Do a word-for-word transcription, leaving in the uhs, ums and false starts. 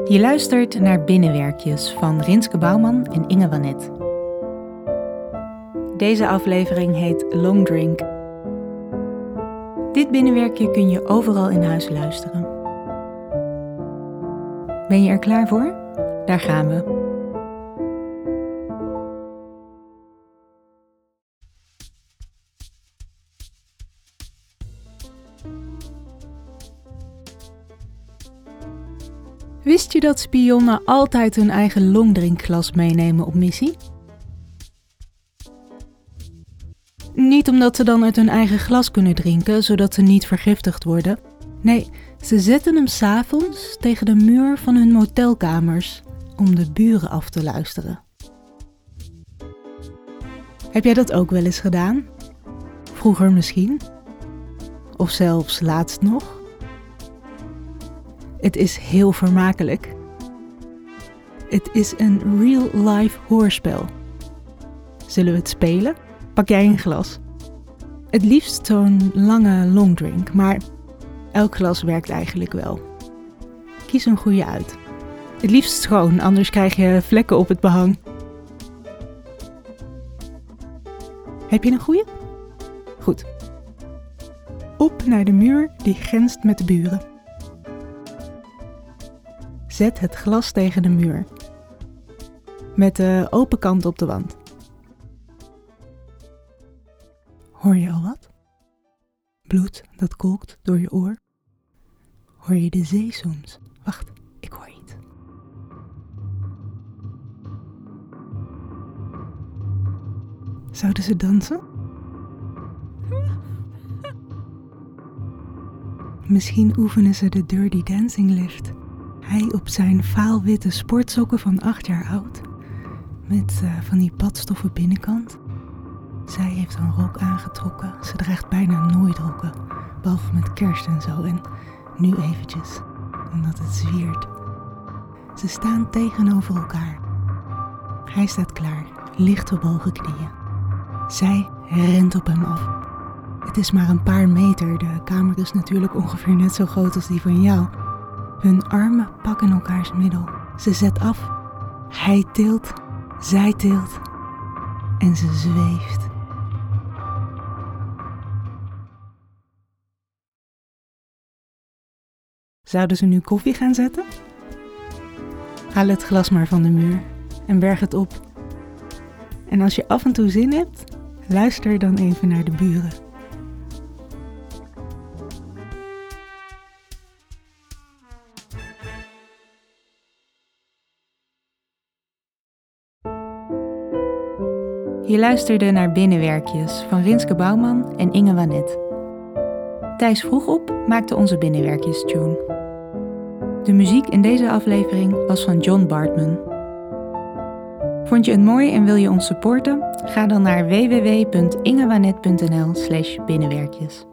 Je luistert naar Binnenwerkjes van Rinske Bouwman en Inge Wanet. Deze aflevering heet Long Drink. Dit binnenwerkje kun je overal in huis luisteren. Ben je er klaar voor? Daar gaan we. Wist je dat spionnen altijd hun eigen longdrinkglas meenemen op missie? Niet omdat ze dan uit hun eigen glas kunnen drinken, zodat ze niet vergiftigd worden. Nee, ze zetten hem 's avonds tegen de muur van hun motelkamers om de buren af te luisteren. Heb jij dat ook wel eens gedaan? Vroeger misschien? Of zelfs laatst nog? Het is heel vermakelijk. Het is een real-life hoorspel. Zullen we het spelen? Pak jij een glas. Het liefst zo'n lange longdrink, maar elk glas werkt eigenlijk wel. Kies een goede uit. Het liefst schoon, anders krijg je vlekken op het behang. Heb je een goede? Goed. Op naar de muur die grenst met de buren. Zet het glas tegen de muur. Met de open kant op de wand. Hoor je al wat? Bloed dat kolkt door je oor? Hoor je de zee soms? Wacht, ik hoor iets. Zouden ze dansen? Misschien oefenen ze de Dirty Dancing lift. Hij op zijn vaalwitte sportsokken van acht jaar oud. Met uh, van die badstoffen binnenkant. Zij heeft een rok aangetrokken. Ze draagt bijna nooit rokken. Behalve met kerst en zo. En nu eventjes. Omdat het zwiert. Ze staan tegenover elkaar. Hij staat klaar. Licht op hoge knieën. Zij rent op hem af. Het is maar een paar meter. De kamer is natuurlijk ongeveer net zo groot als die van jou. Hun armen pakken elkaars middel. Ze zet af. Hij tilt. Zij tilt. En ze zweeft. Zouden ze nu koffie gaan zetten? Haal het glas maar van de muur en berg het op. En als je af en toe zin hebt, luister dan even naar de buren. Je luisterde naar Binnenwerkjes van Rinske Bouwman en Inge Wanet. Thijs Vroegop maakte onze Binnenwerkjes-tune. De muziek in deze aflevering was van John Bartman. Vond je het mooi en wil je ons supporten? Ga dan naar w w w punt ingewanet punt n l slash binnenwerkjes.